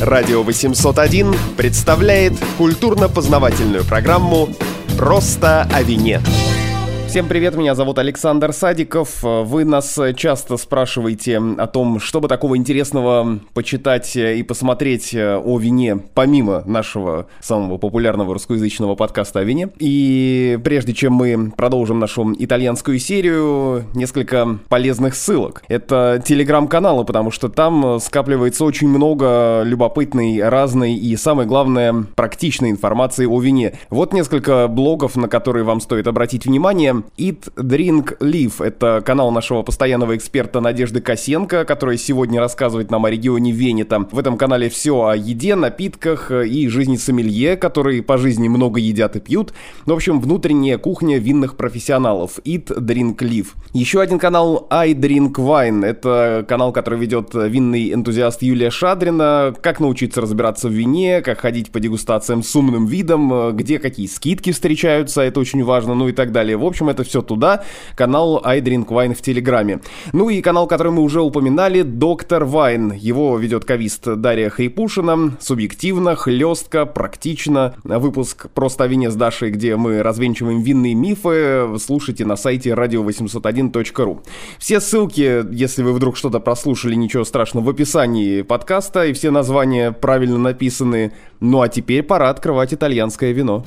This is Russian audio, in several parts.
Радио 801 представляет культурно-познавательную программу «Просто о вине». Всем привет, меня зовут Александр Садиков. Вы нас часто спрашиваете о том, что бы такого интересного почитать и посмотреть о вине, помимо нашего самого популярного русскоязычного подкаста о вине. И прежде чем мы продолжим нашу итальянскую серию, несколько полезных ссылок. Это телеграм-каналы, потому что там скапливается очень много любопытной, разной и, самое главное, практичной информации о вине. Вот несколько блогов, на которые вам стоит обратить внимание. Eat, Drink, Live — это канал нашего постоянного эксперта Надежды Косенко, которая сегодня рассказывает нам о регионе Венето. В этом канале все о еде, напитках и жизни сомелье, которые по жизни много едят и пьют. В общем, внутренняя кухня винных профессионалов. Eat, Drink, Live. Еще один канал I Drink Wine. Это канал, который ведет винный энтузиаст Юлия Шадрина. Как научиться разбираться в вине, как ходить по дегустациям с умным видом, где какие скидки встречаются, это очень важно, ну и так далее. В общем, это все туда. Канал I Drink Wine в Телеграме. Ну и канал, который мы уже упоминали, Доктор Вайн. Его ведет кавист Дарья Хрипушина. Субъективно, хлестко, практично. Выпуск «Просто о вине» с Дашей, где мы развенчиваем винные мифы, слушайте на сайте radio801.ru. Все ссылки, если вы вдруг что-то прослушали, ничего страшного, в описании подкаста, и все названия правильно написаны. Ну а теперь пора открывать итальянское вино.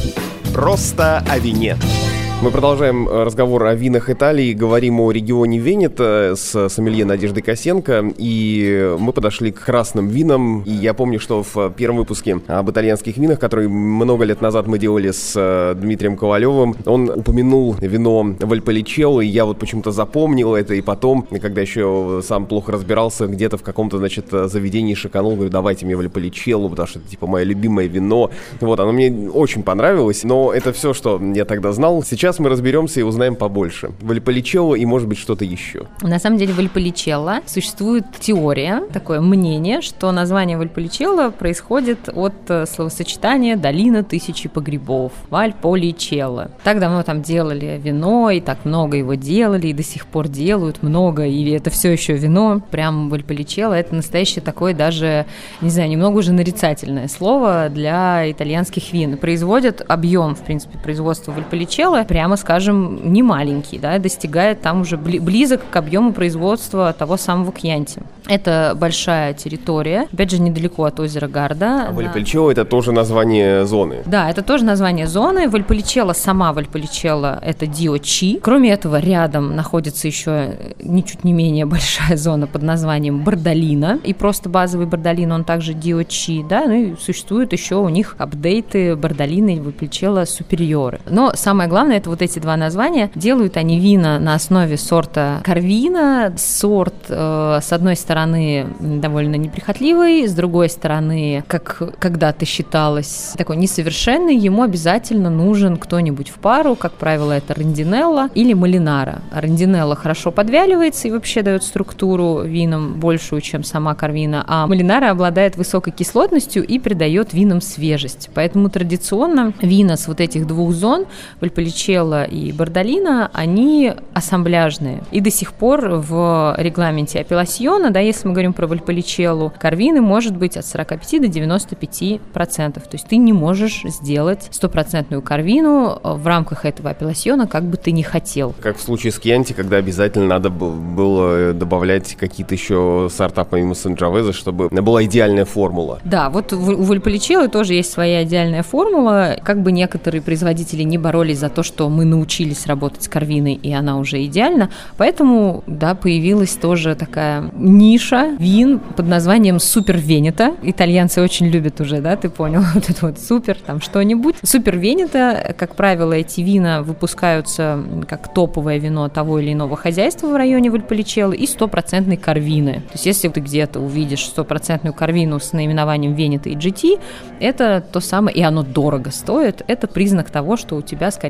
«Просто о вине». Мы продолжаем разговор о винах Италии, говорим о регионе Венето с сомелье Надеждой Косенко, и мы подошли к красным винам. И я помню, что в первом выпуске об итальянских винах, который много лет назад мы делали с Дмитрием Ковалевым, он упомянул вино Вальполичелло, и я вот почему-то запомнил это, и потом, когда еще сам плохо разбирался, где-то в каком-то, заведении шиканул, говорю, давайте мне Вальполичелло, потому что это, мое любимое вино. Вот, оно мне очень понравилось, но это все, что я тогда знал. Сейчас мы разберемся и узнаем побольше. Вальполичелло и, может быть, что-то еще. На самом деле, Вальполичелло существует теория, такое мнение, что название Вальполичелло происходит от словосочетания «долина тысячи погребов». Вальполичелло. Так давно там делали вино, и так много его делали, и до сих пор делают много, и это все еще вино. Прям Вальполичелло — это настоящее такое даже, не знаю, немного уже нарицательное слово для итальянских вин. Производят объем, в принципе, производства Вальполичелло, прямо скажем, не маленький, да, достигает там уже близок к объему производства того самого Кьянти. Это большая территория, опять же, недалеко от озера Гарда. А Вальполичелло — это тоже название зоны? Да, это тоже название зоны. Вальполичелло, сама Вальполичелло — это Диочи. Кроме этого, рядом находится еще ничуть не менее большая зона под названием Бардолино, и просто базовый Бардолино, он также Диочи, да, ну и существуют еще у них апдейты Бардолино и Вальполичелло Супериоры. Но самое главное — это вот эти два названия. Делают они вина на основе сорта Карвина. Сорт, с одной стороны, довольно неприхотливый, с другой стороны, как когда-то считалось, такой несовершенный. Ему обязательно нужен кто-нибудь в пару, как правило, это Рондинелло или Молинара. Рондинелло хорошо подвяливается и вообще дает структуру винам большую, чем сама Карвина, а Молинара обладает высокой кислотностью и придает винам свежесть. Поэтому традиционно вина с вот этих двух зон, Вальполичелло и Бардолино, они ассамбляжные. И до сих пор в регламенте апелласьона, да, если мы говорим про Вальполичелло, Карвины может быть от 45 до 95%. То есть ты не можешь сделать стопроцентную Карвину в рамках этого апелласьона, как бы ты ни хотел. Как в случае с Кьянти, когда обязательно надо было добавлять какие-то еще сорта помимо Санджавеза, чтобы была идеальная формула. Да, вот у Вальполичелло тоже есть своя идеальная формула. Как бы некоторые производители не боролись за то, что мы научились работать с Карвиной, и она уже идеальна. Поэтому, да, появилась тоже такая ниша вин под названием Супер Венето. Итальянцы очень любят уже, да, ты понял, вот это вот супер, там что-нибудь. Супер Венето, как правило, эти вина выпускаются как топовое вино того или иного хозяйства в районе Вальполичелло и 100% Карвины. То есть, если ты где-то увидишь 100% Карвину с наименованием Венето и GT, это то самое, и оно дорого стоит, это признак того, что у тебя, скорее всего,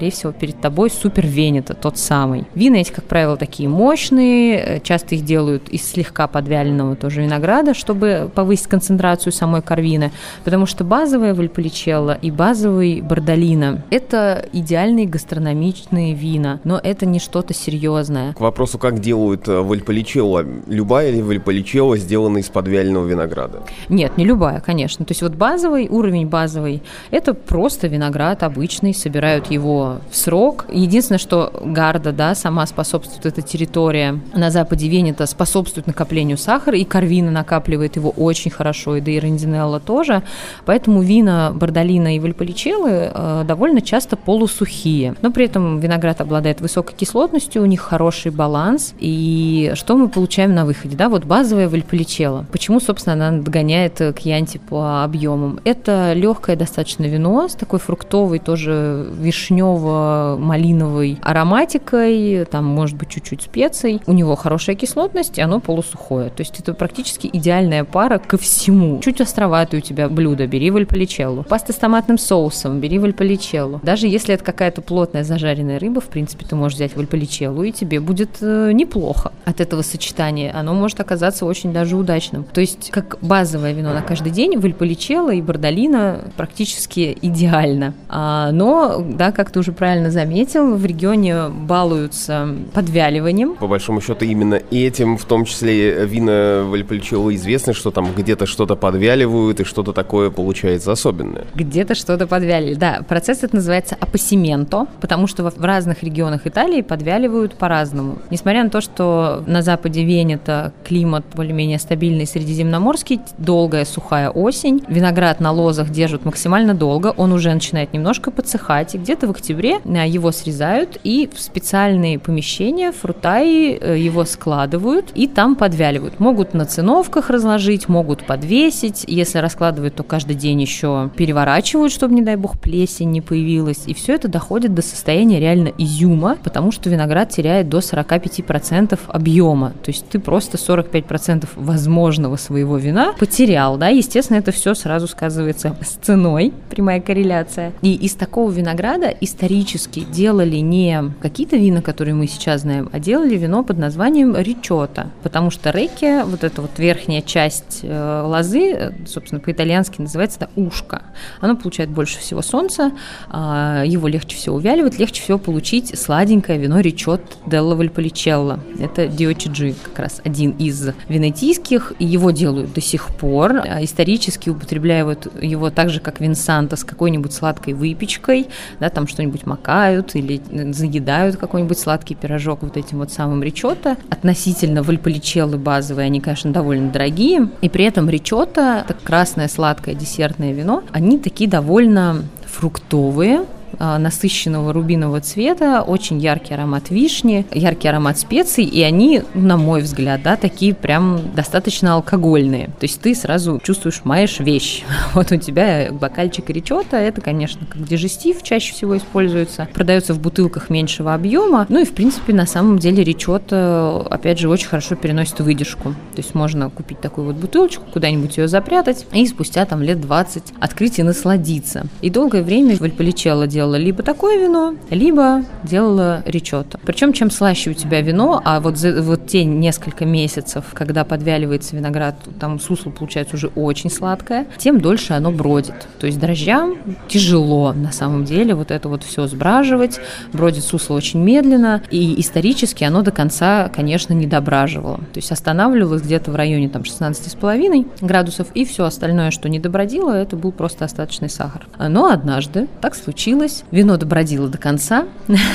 перед тобой супер венето, тот самый. Вина эти, как правило, такие мощные, часто их делают из слегка подвяленного тоже винограда, чтобы повысить концентрацию самой корвины, потому что базовая Вальполичелло и базовый Бардолино – это идеальные гастрономичные вина, но это не что-то серьезное. К вопросу, как делают Вальполичелло, любая ли Вальполичелло сделана из подвяленного винограда? Нет, не любая, конечно. То есть вот базовый, уровень базовый – это просто виноград обычный, собирают его в срок. Единственное, что Гарда, да, сама способствует, эта территория на западе Венето способствует накоплению сахара, и корвина накапливает его очень хорошо, и да и Рандинелло тоже. Поэтому вина Бардолино и Вальполичелло довольно часто полусухие. Но при этом виноград обладает высокой кислотностью, у них хороший баланс. И что мы получаем на выходе? Да, вот базовая Вальполичелло. Почему, собственно, она догоняет Кьянти по объемам? Это легкое достаточно вино с такой фруктовой, тоже вишнево-малиновой ароматикой, там, может быть, чуть-чуть специй. У него хорошая кислотность, и оно полусухое. То есть это практически идеальная пара ко всему. Чуть островатое у тебя блюдо, бери Вальполичелло. Паста с томатным соусом, бери Вальполичелло. Даже если это какая-то плотная зажаренная рыба, в принципе, ты можешь взять Вальполичелло, и тебе будет неплохо от этого сочетания. Оно может оказаться очень даже удачным. То есть, как базовое вино на каждый день, Вальполичелло и Бардолино практически идеально. Но, да, как ты уже правильно заметил, в регионе балуются подвяливанием. По большому счету, именно этим, в том числе, вина Вальполичелло известны, что там где-то что-то подвяливают, и что-то такое получается особенное. Где-то что-то подвялили, да. Процесс это называется апассименто, потому что в разных регионах Италии подвяливают по-разному. Несмотря на то, что на западе Венето климат более-менее стабильный, средиземноморский, долгая сухая осень, виноград на лозах держат максимально долго, он уже начинает немножко подсыхать, и где-то в октябре его срезают и в специальные помещения фрутаи его складывают и там подвяливают. Могут на циновках разложить, могут подвесить, если раскладывают, то каждый день еще переворачивают, чтобы, не дай бог, плесень не появилась, и все это доходит до состояния реально изюма, потому что виноград теряет до 45% объема, то есть ты просто 45% возможного своего вина потерял, да, естественно, это все сразу сказывается с ценой, прямая корреляция. И из такого винограда исторически делали не какие-то вина, которые мы сейчас знаем, а делали вино под названием ричотто, потому что рекки, вот эта вот верхняя часть лозы, собственно, по-итальянски называется это ушко. Оно получает больше всего солнца, его легче всего увяливать, легче всего получить сладенькое вино ричотто делла Вальполичелло. Это DOCG, как раз один из венетийских, и его делают до сих пор. Исторически употребляют его так же, как винсанто, с какой-нибудь сладкой выпечкой, да, там что-нибудь макают или заедают какой-нибудь сладкий пирожок вот этим вот самым ричотто. Относительно Вальполичелло базовые, они, конечно, довольно дорогие, и при этом ричотто, это красное сладкое десертное вино, они такие довольно фруктовые, насыщенного рубинового цвета, очень яркий аромат вишни, яркий аромат специй, и они, на мой взгляд, да, такие прям достаточно алкогольные. То есть ты сразу чувствуешь, маешь вещь. Вот у тебя бокальчик ричотто, это, конечно, как дижестив чаще всего используется, продается в бутылках меньшего объема, ну и, в принципе, на самом деле ричотто, опять же, очень хорошо переносит выдержку. То есть можно купить такую вот бутылочку, куда-нибудь ее запрятать, и спустя там лет 20 открыть и насладиться. И долгое время Вальполичелло делала либо такое вино, либо делала ричотто. Причем, чем слаще у тебя вино, а вот те несколько месяцев, когда подвяливается виноград, там сусло получается уже очень сладкое, тем дольше оно бродит. То есть дрожжам тяжело, на самом деле, вот это вот все сбраживать, бродит сусло очень медленно, и исторически оно до конца, конечно, не дображивало. То есть останавливалось где-то в районе там 16,5 градусов, и все остальное, что не добродило, это был просто остаточный сахар. Но однажды так случилось, вино добродило до конца,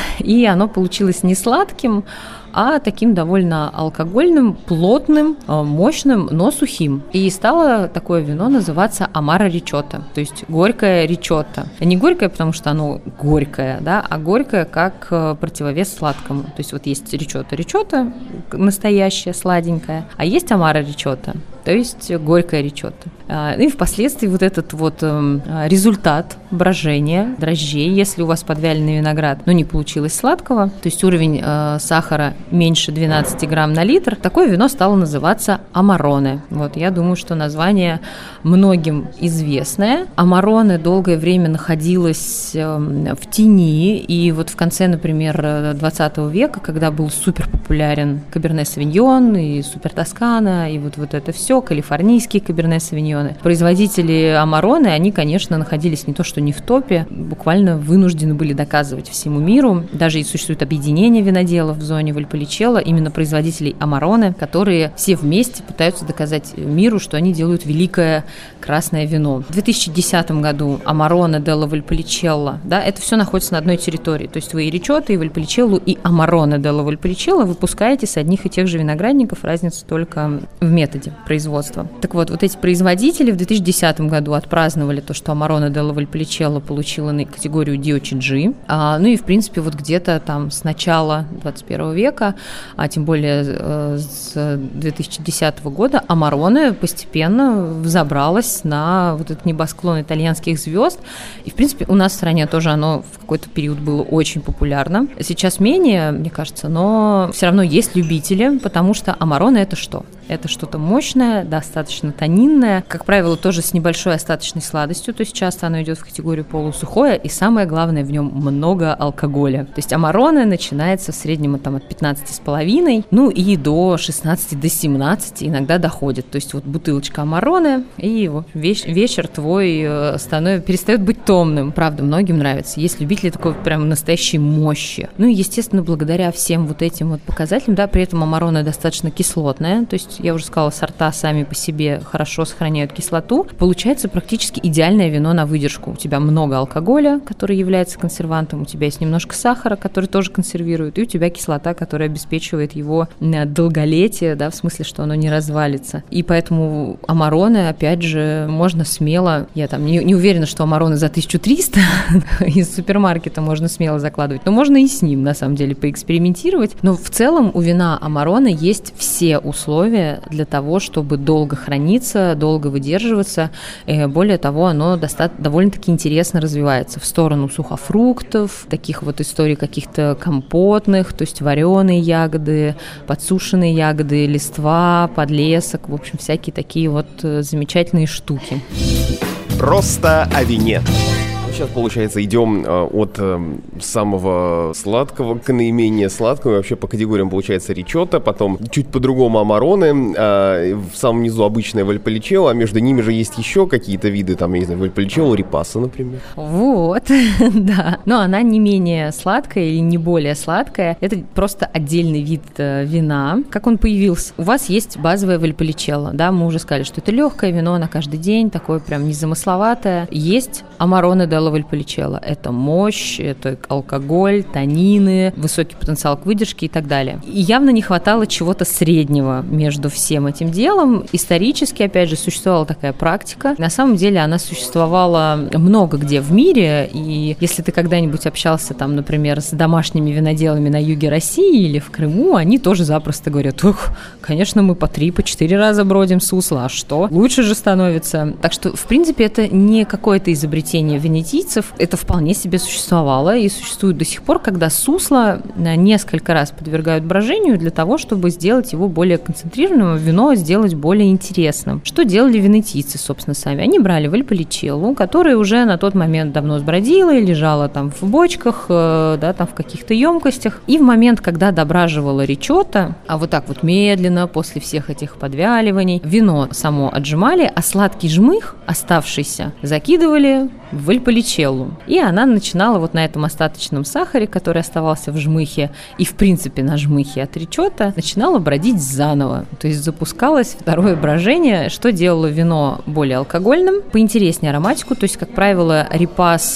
и оно получилось не сладким, а таким довольно алкогольным, плотным, мощным, но сухим. И стало такое вино называться амаро ричотто, то есть горькое ричотто. Не горькое, потому что оно горькое, да, а горькое как противовес сладкому. То есть вот есть ричотто настоящее, сладенькое, а есть амаро ричотто, то есть горькое ричотто. И впоследствии вот этот вот результат брожения дрожжей, если у вас подвяленный виноград, но не получилось сладкого, то есть уровень сахара меньше 12 грамм на литр, такое вино стало называться Амароне. Вот, я думаю, что название многим известное. Амароне долгое время находилось в тени, и вот в конце, например, 20 века, когда был супер популярен Каберне Савиньон и Супер Тоскана, и вот это все, калифорнийские Каберне Савиньоны, производители Амароне, они, конечно, находились не то что не в топе, буквально вынуждены были доказывать всему миру. Даже и существует объединение виноделов в зоне Вальполичелло, именно производителей Амароне, которые все вместе пытаются доказать миру, что они делают великое красное вино. В 2010 году Амароне делла Вальполичелло, да, это все находится на одной территории. То есть вы и Ричотто, и Вальполичелло, и Амароне делла Вальполичелло выпускаете с одних и тех же виноградников, разница только в методе производства. Так вот эти производители в 2010 году отпраздновали то, что Амароне делла Вальполичелло получила на категорию DOCG. Ну и, в принципе, вот где-то там с начала 21 века, а тем более с 2010 года, Амароне постепенно взобралась на вот этот небосклон итальянских звезд. И, в принципе, у нас в стране тоже оно в какой-то период было очень популярно. Сейчас менее, мне кажется, но все равно есть любители, потому что Амароне – это что? Это что-то мощное, достаточно тонинное, как правило, тоже с небольшой остаточной сладостью, то есть часто оно идет в категорию полусухое, и самое главное, в нем много алкоголя. То есть Амароне начинается в среднем от 15,5, ну и до 16, до 17 иногда доходит. То есть вот бутылочка Амароне, и вот вечер твой перестает быть томным. Правда, многим нравится. Есть любители такой прям настоящей мощи. Ну и, естественно, благодаря всем вот этим вот показателям, да, при этом Амароне достаточно кислотное, то есть я уже сказала, сорта сами по себе хорошо сохраняют кислоту. Получается практически идеальное вино на выдержку. У тебя много алкоголя, который является консервантом, у тебя есть немножко сахара, который тоже консервирует, и у тебя кислота, которая обеспечивает его долголетие, да, в смысле, что оно не развалится. И поэтому Амароне, опять же, можно смело, я там не уверена, что Амароне за 1300 из супермаркета можно смело закладывать, но можно и с ним, на самом деле, поэкспериментировать. Но в целом у вина Амароне есть все условия для того, чтобы долго храниться, долго выдерживаться. Более того, оно довольно-таки интересно развивается в сторону сухофруктов, таких вот историй каких-то компотных, то есть вареные ягоды, подсушенные ягоды, листва, подлесок, в общем, всякие такие вот замечательные штуки. Просто о вине. Сейчас, получается, идем от самого сладкого к наименее сладкому. Вообще по категориям получается Ричотто, потом чуть по-другому Амароне, в самом низу обычное Вальполичелло, а между ними же есть еще какие-то виды, там, я не знаю, Вальполичелло, Рипассо, например. Вот, да. Но она не менее сладкая или не более сладкая. Это просто отдельный вид вина. Как он появился? У вас есть базовое Вальполичелло, да, мы уже сказали, что это легкое вино на каждый день, такое прям незамысловатое. Есть Амароне делла Вальполичелло. Это мощь, это алкоголь, танины, высокий потенциал к выдержке и так далее. И явно не хватало чего-то среднего между всем этим делом. Исторически, опять же, существовала такая практика. На самом деле она существовала много где в мире, и если ты когда-нибудь общался, там, например, с домашними виноделами на юге России или в Крыму, они тоже запросто говорят: ух, конечно, мы по 3-4 раза бродим сусла, а что? Лучше же становится. Так что, в принципе, это не какое-то изобретение венетийцев, это вполне себе существовало и существует до сих пор, когда сусло несколько раз подвергают брожению для того, чтобы сделать его более концентрированным, вино сделать более интересным. Что делали венетийцы, собственно, сами? Они брали Вальполичелло, которое уже на тот момент давно сбродило и лежало там в бочках, да, там в каких-то емкостях. И в момент, когда дображивало Ричотто, а вот так вот медленно, после всех этих подвяливаний, вино само отжимали, а сладкий жмых, оставшийся, закидывали в Вальполичелло. И она начинала вот на этом остаточном сахаре, который оставался в жмыхе и, в принципе, на жмыхе от Ричотто, начинала бродить заново. То есть запускалось второе брожение, что делало вино более алкогольным, поинтереснее ароматику. То есть, как правило, Рипассо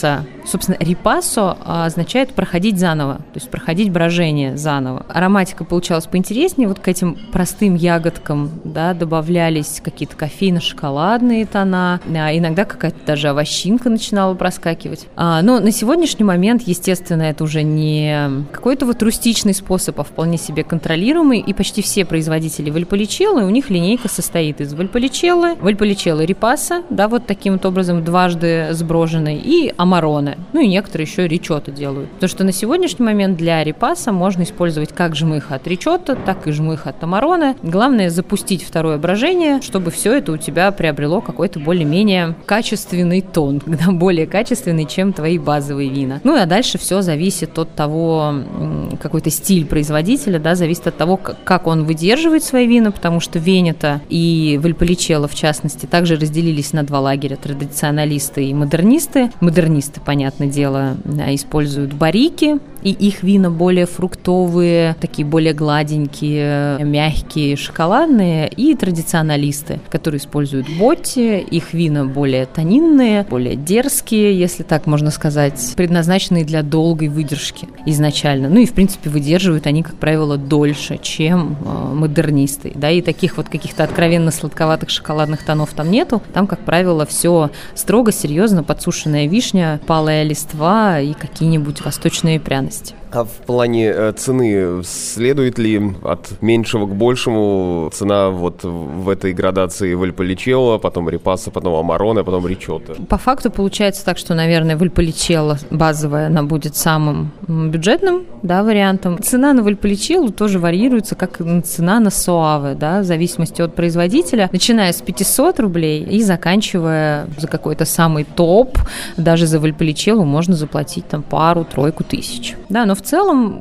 Собственно, рипассо означает проходить заново, то есть проходить брожение заново. Ароматика получалась поинтереснее, вот к этим простым ягодкам, да, добавлялись какие-то кофейно-шоколадные тона, иногда какая-то даже овощинка начинала проскакивать. Но на сегодняшний момент, естественно, это уже не какой-то вот рустичный способ, а вполне себе контролируемый, и почти все производители вальполичелло, у них линейка состоит из вальполичелло рипасса, да, вот таким вот образом дважды сброженной, и амароне, ну и некоторые еще ричотто делают. Потому что на сегодняшний момент для рипасса можно использовать как жмых от ричотто, так и жмых от амароне. Главное запустить второе брожение, чтобы все это у тебя приобрело какой-то более-менее качественный тон, да, более качественный, чем твои базовые вина. Ну а дальше все зависит от того, какой-то стиль производителя, да, зависит от того, как он выдерживает свои вина, потому что Венето и Вальполичелло, в частности, также разделились на два лагеря: традиционалисты и модернисты. Модернисты, понятное дело, используют барики, и их вина более фруктовые, такие более гладенькие, мягкие, шоколадные, и традиционалисты, которые используют ботти, их вина более тонинные, более дерзкие, если так можно сказать, предназначенные для долгой выдержки изначально. Ну и, в принципе, выдерживают они, как правило, дольше, чем модернисты. Да, и таких вот каких-то откровенно сладковатых шоколадных тонов там нету. Там, как правило, все строго, серьезно, подсушенная вишня, палая листва и какие-нибудь восточные пряности. А в плане цены следует ли от меньшего к большему цена вот в этой градации вальполичелло, потом рипассо, потом амароне, потом ричотто? По факту получается так, что, наверное, вальполичелло базовая, она будет самым бюджетным, да, вариантом. Цена на вальполичелло тоже варьируется, как цена на соаве, да, в зависимости от производителя, начиная с 500 рублей и заканчивая за какой-то самый топ, даже за вальполичелло можно заплатить там пару-тройку тысяч. Да, но в целом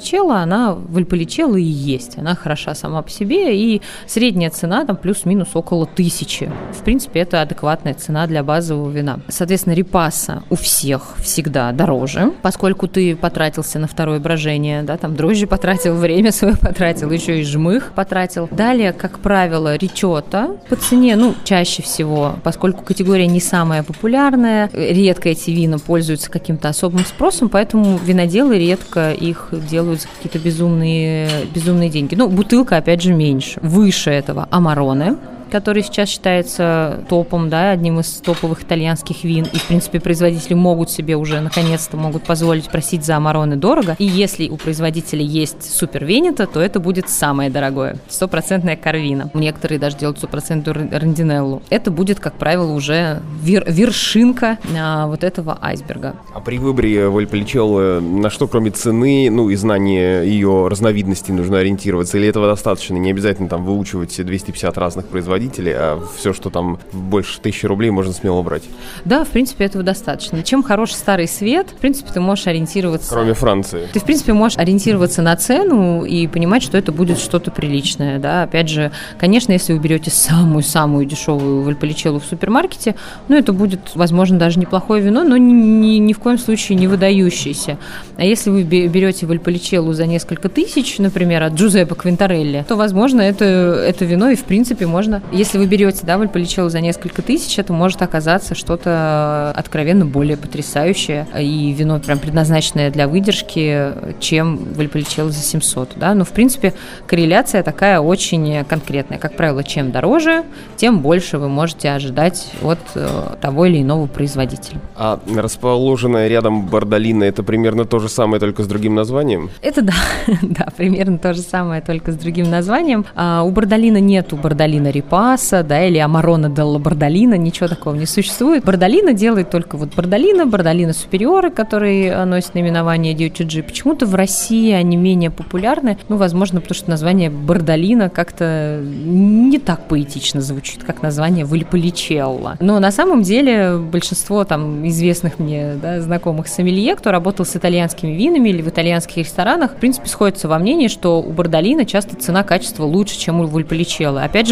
вальполичелло и есть. Она хороша сама по себе, и средняя цена там плюс-минус около 1000. В принципе, это адекватная цена для базового вина. Соответственно, рипассо у всех всегда дороже, поскольку ты потратился на второе брожение, да, там дрожжи потратил, время свое потратил, еще и жмых потратил. Далее, как правило, ричотто по цене, чаще всего, поскольку категория не самая популярная, редко эти вина пользуются каким-то особым спросом, поэтому виноделы редко их делают за какие-то безумные деньги. Бутылка, опять же, меньше. Выше этого амароне, который сейчас считается топом, да, одним из топовых итальянских вин. И, в принципе, производители могут себе уже, наконец-то, могут позволить просить за амароне дорого. И если у производителя есть супер Венето, то это будет самое дорогое. 100% карвина. Некоторые даже делают 100% рандинеллу. Это будет, как правило, уже вершинка вот этого айсберга. А при выборе вальполичелло на что, кроме цены, и знания ее разновидностей, нужно ориентироваться? Или этого достаточно? Не обязательно там выучивать 250 разных производителей, а все, что там больше 1000 рублей, можно смело брать. Да, в принципе, этого достаточно. Чем хорош старый свет, в принципе, ты можешь ориентироваться... Кроме Франции. Ты, в принципе, можешь ориентироваться на цену и понимать, что это будет что-то приличное, да. Опять же, конечно, если вы берете самую-самую дешевую вальполичелло в супермаркете, это будет, возможно, даже неплохое вино, но ни в коем случае не выдающееся. А если вы берете вальполичелло за несколько тысяч, например, от Джузеппе Квинтарелли, то, возможно, это вино и, в принципе, можно... Если вы берете, да, вальполичелло за несколько тысяч, это может оказаться что-то откровенно более потрясающее и вино прям предназначенное для выдержки, чем вальполичелло за 700, да. В принципе, корреляция такая очень конкретная. Как правило, чем дороже, тем больше вы можете ожидать от того или иного производителя. А расположенная рядом Бордолино — это примерно то же самое, только с другим названием? Это да, примерно то же самое, только с другим названием. У Бордолино нету Бордолино рипассо, да, или амароне делла Бордолино, ничего такого не существует. Бордолино делает только вот Бордолино супериоры, который носит наименование DOCG. Почему-то в России они менее популярны, возможно, потому что название Бордолино как-то не так поэтично звучит, как название вальполичелло. Но на самом деле большинство там известных мне, да, знакомых сомелье, кто работал с итальянскими винами или в итальянских ресторанах, в принципе, сходятся во мнении, что у Бордолино часто цена-качество лучше, чем у вальполичелло. Опять же, потому что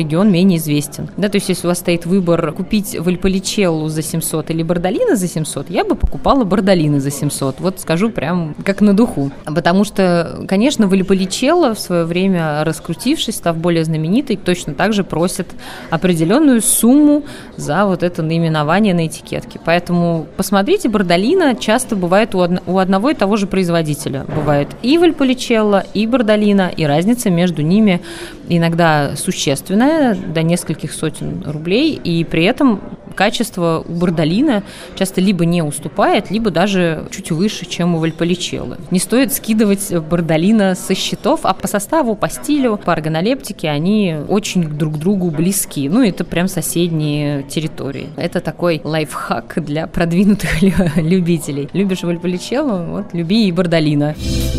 регион менее известен. Да, то есть если у вас стоит выбор купить Вальполичелло за 700 или Бардолино за 700, я бы покупала Бардолино за 700. Вот скажу прям как на духу. Потому что, конечно, Вальполичелло в свое время, раскрутившись, став более знаменитой, точно так же просят определенную сумму за вот это наименование на этикетке. Поэтому посмотрите, Бардолино часто бывает у одного и того же производителя. Бывает и Вальполичелло, и Бардолино, и разница между ними иногда существенная, до нескольких сотен рублей, и при этом качество у Бардолино часто либо не уступает, либо даже чуть выше, чем у Вальполичелло. Не стоит скидывать Бардолино со счетов, а по составу, по стилю, по органолептике они очень друг к другу близки. Ну, это прям соседние территории. Это такой лайфхак для продвинутых любителей. Любишь Вальполичелло? Вот, люби и Бардолино.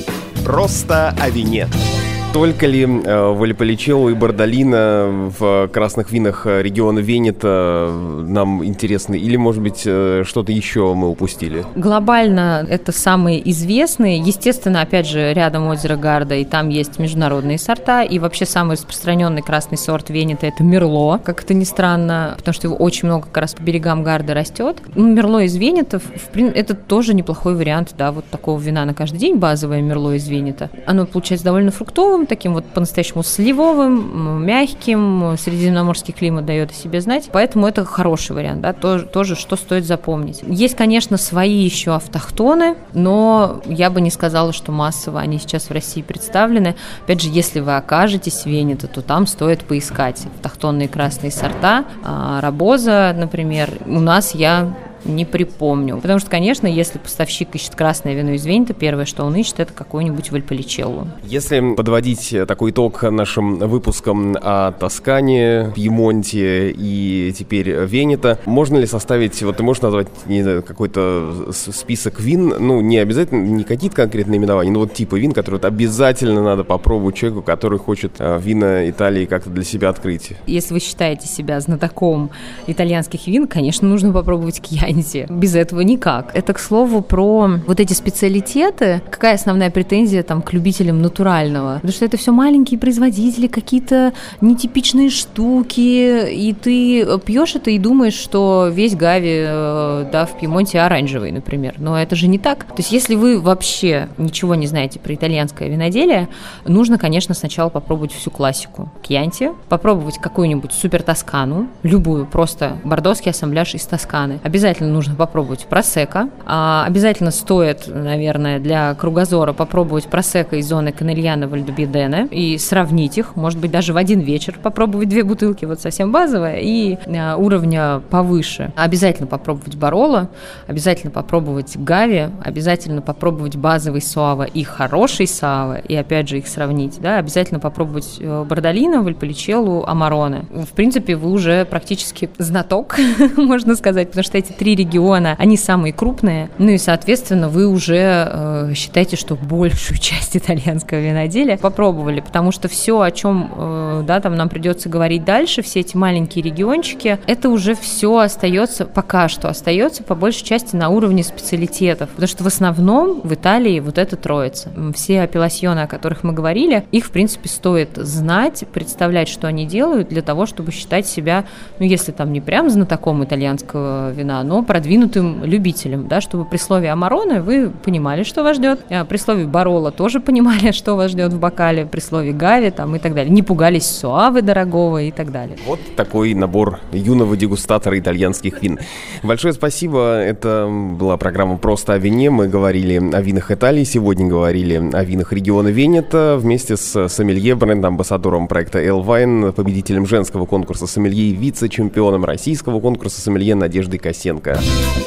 Просто о вине. Только ли Вальполичелло и Бардолино в красных винах региона Венето нам интересны? Или, может быть, что-то еще мы упустили? Глобально это самые известные. Естественно, опять же, рядом озеро Гарда, и там есть международные сорта. И вообще самый распространенный красный сорт Венето – это Мерло, как это ни странно, потому что его очень много как раз по берегам Гарда растет. Мерло из Венето – это тоже неплохой вариант, да, вот такого вина на каждый день, базовое Мерло из Венето. Оно получается довольно фруктовым, таким вот по-настоящему сливовым, мягким, средиземноморский климат дает о себе знать, поэтому это хороший вариант, да, тоже что стоит запомнить. Есть, конечно, свои еще автохтоны, но я бы не сказала, что массово они сейчас в России представлены. Опять же, если вы окажетесь в Венето, то там стоит поискать автохтонные красные сорта. Рабоза, например, у нас я не припомню. Потому что, конечно, если поставщик ищет красное вино из Венето, первое, что он ищет, это какой-нибудь Вальполичелло. Если подводить такой итог нашим выпускам о Тоскане, Пьемонте и теперь Венето, можно ли составить, вот ты можешь назвать, не знаю, какой-то список вин, ну, не обязательно, не какие-то конкретные наименования, но вот типы вин, которые вот обязательно надо попробовать человеку, который хочет вина Италии как-то для себя открыть? Если вы считаете себя знатоком итальянских вин, конечно, нужно попробовать Кьянти. Без этого никак. Это, к слову, про вот эти специалитеты. Какая основная претензия там к любителям натурального? Потому что это все маленькие производители, какие-то нетипичные штуки, и ты пьешь это и думаешь, что весь Гави, да, в Пьемонте оранжевый, например. Но это же не так. То есть, если вы вообще ничего не знаете про итальянское виноделие, нужно, конечно, сначала попробовать всю классику Кьянти, попробовать какую-нибудь супер Тоскану, любую, просто бордоский ассамбляж из Тосканы. Обязательно нужно попробовать просекко. Обязательно стоит, наверное, для кругозора попробовать просекко из зоны Конельяно Вальдобедене и сравнить их, может быть, даже в один вечер попробовать 2 бутылки, вот совсем базовая, и уровня повыше. Обязательно попробовать Бароло, обязательно попробовать Гави, обязательно попробовать базовый Соава и хороший Соава, и опять же их сравнить, да, обязательно попробовать Бардолино, Вальполичелло, Амароне. В принципе, вы уже практически знаток, можно сказать, потому что эти 3 региона, они самые крупные, ну и, соответственно, вы уже считаете, что большую часть итальянского виноделия попробовали, потому что все, о чем, да, там нам придется говорить дальше, все эти маленькие региончики, это уже все остается, пока что остается, по большей части, на уровне специалитетов, потому что в основном в Италии вот это троица. Все апелласьоны, о которых мы говорили, их, в принципе, стоит знать, представлять, что они делают, для того, чтобы считать себя, ну, если там не прям знатоком итальянского вина, но продвинутым любителем, да, чтобы при слове Амароне вы понимали, что вас ждет, при слове Бароло тоже понимали, что вас ждет в бокале, при слове Гави там и так далее, не пугались Соавы дорогого и так далее. Вот такой набор юного дегустатора итальянских вин. Большое спасибо, это была программа «Просто о вине», мы говорили о винах Италии, сегодня говорили о винах региона Венето вместе с сомелье, бренд-амбассадором проекта «Эл Вайн», победителем женского конкурса сомелье и вице-чемпионом российского конкурса сомелье Надеждой Косенко.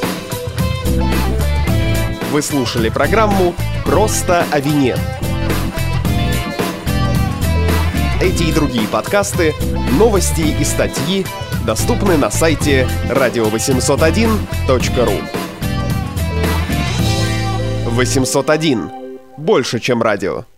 Вы слушали программу «Просто о вине». Эти и другие подкасты, новости и статьи доступны на сайте radio801.ru. 801. Больше, чем радио.